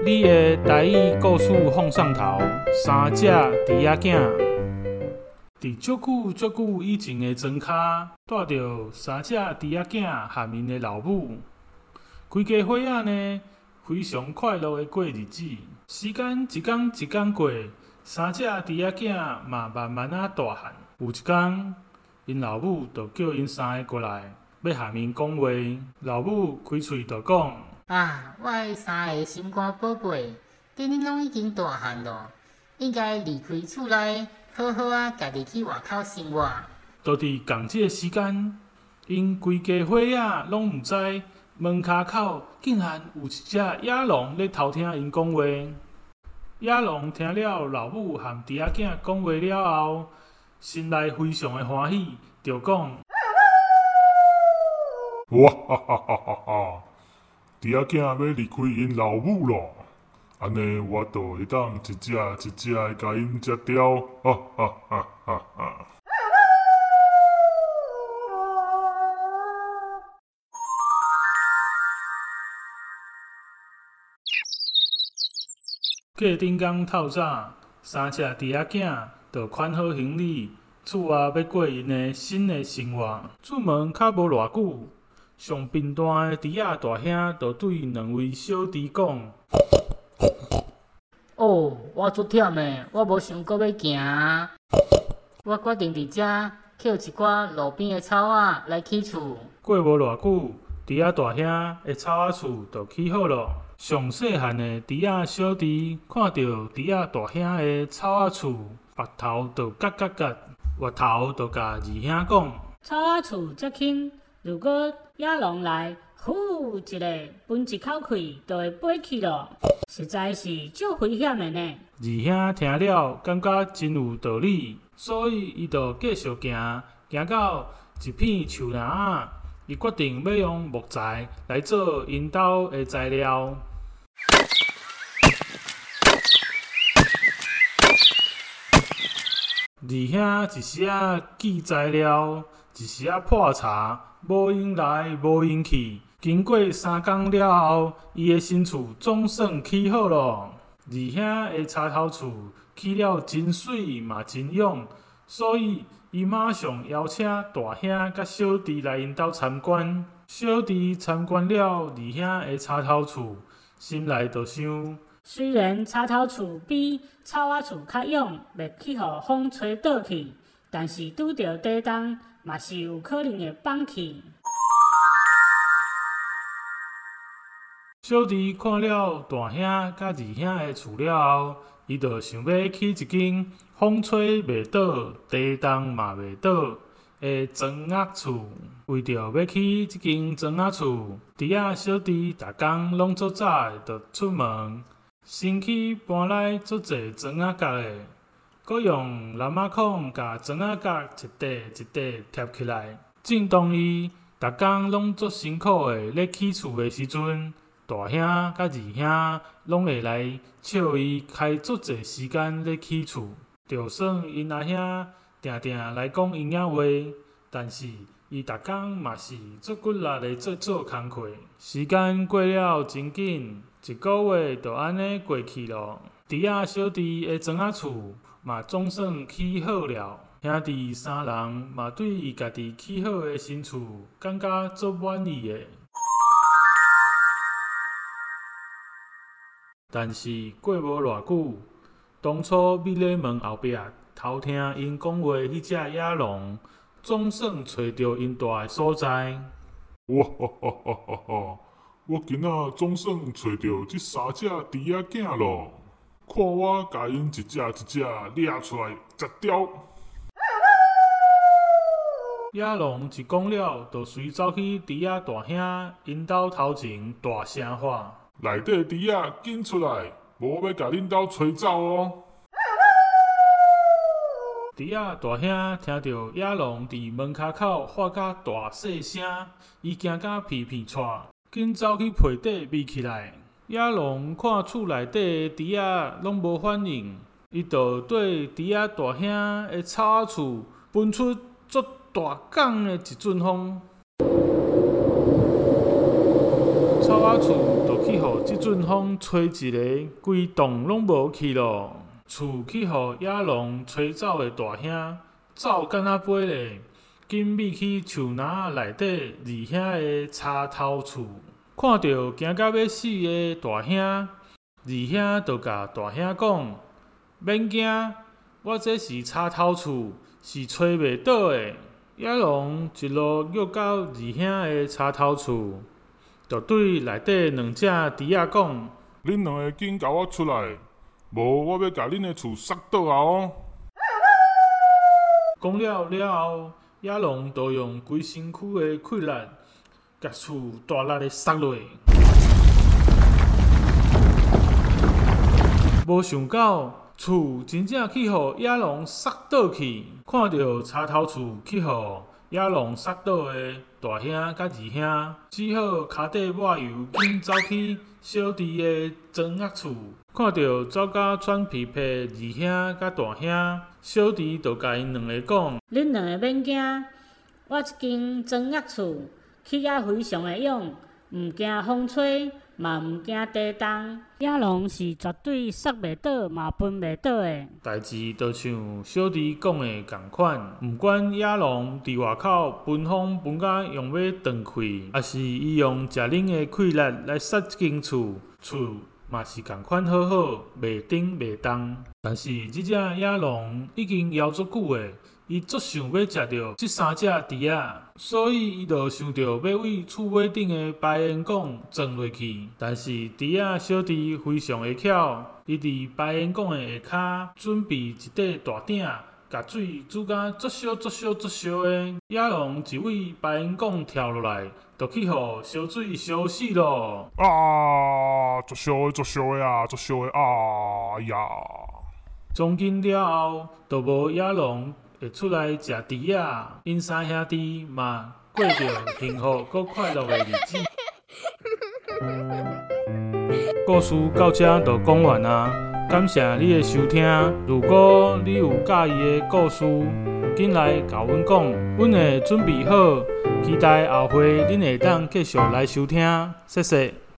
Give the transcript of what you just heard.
你的台语故事放上头，三只猪仔囝。伫足久以前的庄脚，带着三只猪仔囝和因的老母，规家伙仔呢非常快乐的过日子。时间一天过，三只猪仔囝嘛慢慢大汉。有一天，因老母就叫因三个过来，要和因讲话。老母开喙就讲： 啊，我的三个心肝宝贝，今日拢已经大汉咯，应该离开厝内，好好家己去外口生活。 就伫同这个时间，因规家伙仔拢毋知门骹口竟然有一只野狼咧偷听因讲话。野狼听了老母和猪仔囝讲话了后，心内非常的欢喜，就讲： 哇哈哈哈哈哈！猪仔囝要离开因老母咯，安尼我就会当一只一只的甲因食掉，哈哈哈哈哈！ 过顶天透早，三只猪仔囝就款好行李，厝外要过因的新的生活。出门较无偌久，上贫惰的猪仔大兄就对两位小弟讲： 哦，我足忝的，我无想过要行。我决定伫遮捡一寡路边的草仔来起厝。 过无偌久，猪仔大兄的草仔厝就起好了。上细汉的猪仔小弟看到猪仔大兄的草仔厝，目头就角，额头就甲二兄讲： 草仔厝遮轻，如果野狼来，呼一个分一口气，就会飞去咯，实在是足危险的呢。 二兄听了，感觉真有道理，所以伊就继续行到一片树林仔，伊决定要用木材来做因兜的材料。二兄一时记材料，一时破柴，无影来无影去。经过3天了后，伊的新厝总算起好了。二兄的插头厝起了真水嘛真勇，所以伊马上邀请大兄甲小弟来因兜参观。小弟参观了二兄的插头厝，心内就想： 虽然插头厝比草仔厝较勇，袂去互风吹倒去，但是拄着地动，嘛是有可能会放去。 小弟看了大兄甲二兄的厝了后，伊就想要起一间风吹袂倒、地动嘛袂倒的砖仔厝。为着要起这间砖仔厝，猪仔小弟逐工拢足早就出门，先去搬来足侪砖仔角的，佮用蓝仔孔甲砖仔角一块一块贴起来。正当伊逐工拢足辛苦的咧起厝的时阵，大兄甲二兄拢会来笑伊开足侪时间咧起厝。就算因阿兄定来讲阴影话，但是伊逐工嘛是足骨力的做工课。时间过了真紧，1个月就安尼过去了。猪仔小弟的砖仔厝嘛总算起好了。兄弟三人嘛对伊家己起好的新厝感觉足满意的。但是过无偌久，当初伫咧门后壁偷听因讲话迄只野狼，总算找到因住的所在。 哇哈哈哈哈哈！我今仔总算找到这三只猪仔囝咯，看我甲因一只一只掠出来食掉。 野狼一讲了，就随走去猪仔大兄因兜头前大声喊： 内底猪仔紧出来，无要甲恁兜吹走哦！ 猪仔大兄听到野狼伫门骹口喊甲大细声，伊惊甲屁屁喘，紧走去被底眯起来。野狼看厝内底的猪仔拢无反应，伊就对猪仔大兄的草仔厝喷出足大港的一阵风，草仔厝就去互即阵阵风吹一个，规栋拢无去咯。厝去互野狼吹走的大兄，走干那飞咧，紧密去树林内底二兄的插头厝，看到惊到要死的大兄，二兄就甲大兄讲：免惊，我这是插头厝，是吹袂倒的。野狼一路约到二兄的插头厝，就对内底两只猪仔讲： 恁两个紧甲我出来！无，我要甲恁的厝杀倒啊！哦！ 讲了后，野狼就用规身躯的气力，甲厝大力的杀落。无想到，厝真正去互野狼杀倒去。看到插头厝去互野狼杀倒的大兄甲二兄，只好骹底抹油，紧走去小弟的庄仔厝。看到走甲喘屁屁二兄甲大兄，小弟就甲因两个讲： 恁两个免惊，我即间庄仔厝气啊非常的勇，毋惊风吹，嘛毋惊地动。野狼是绝对杀袂倒，嘛分袂倒的。 代志就像小弟讲的共款，毋管野狼伫外口奔风奔甲用要断气，还是伊用食人的气力来杀即间厝，厝嘛是共款好好，袂顶袂动。但是即只野狼已经枵足久诶，伊足想要食到即三只猪仔，所以伊就想到要为厝尾顶的排烟管钻落去。但是猪仔小弟非常的巧，伊伫排烟管的下骹准备一块大鼎，甲水煮甲足烧足烧足烧的。野狼一位排烟管跳落来，就去互烧水烧死咯。 啊！足烧的，足烧的啊！足烧的啊呀！ 从今了后，就无野狼会出来食猪仔，因三兄弟嘛过着幸福佮快乐的日子。故事到这就讲完啊，感谢你的收听。如果你有介意的故事，紧来甲阮讲，阮会准备好，期待后回恁会当继续来收听。谢谢。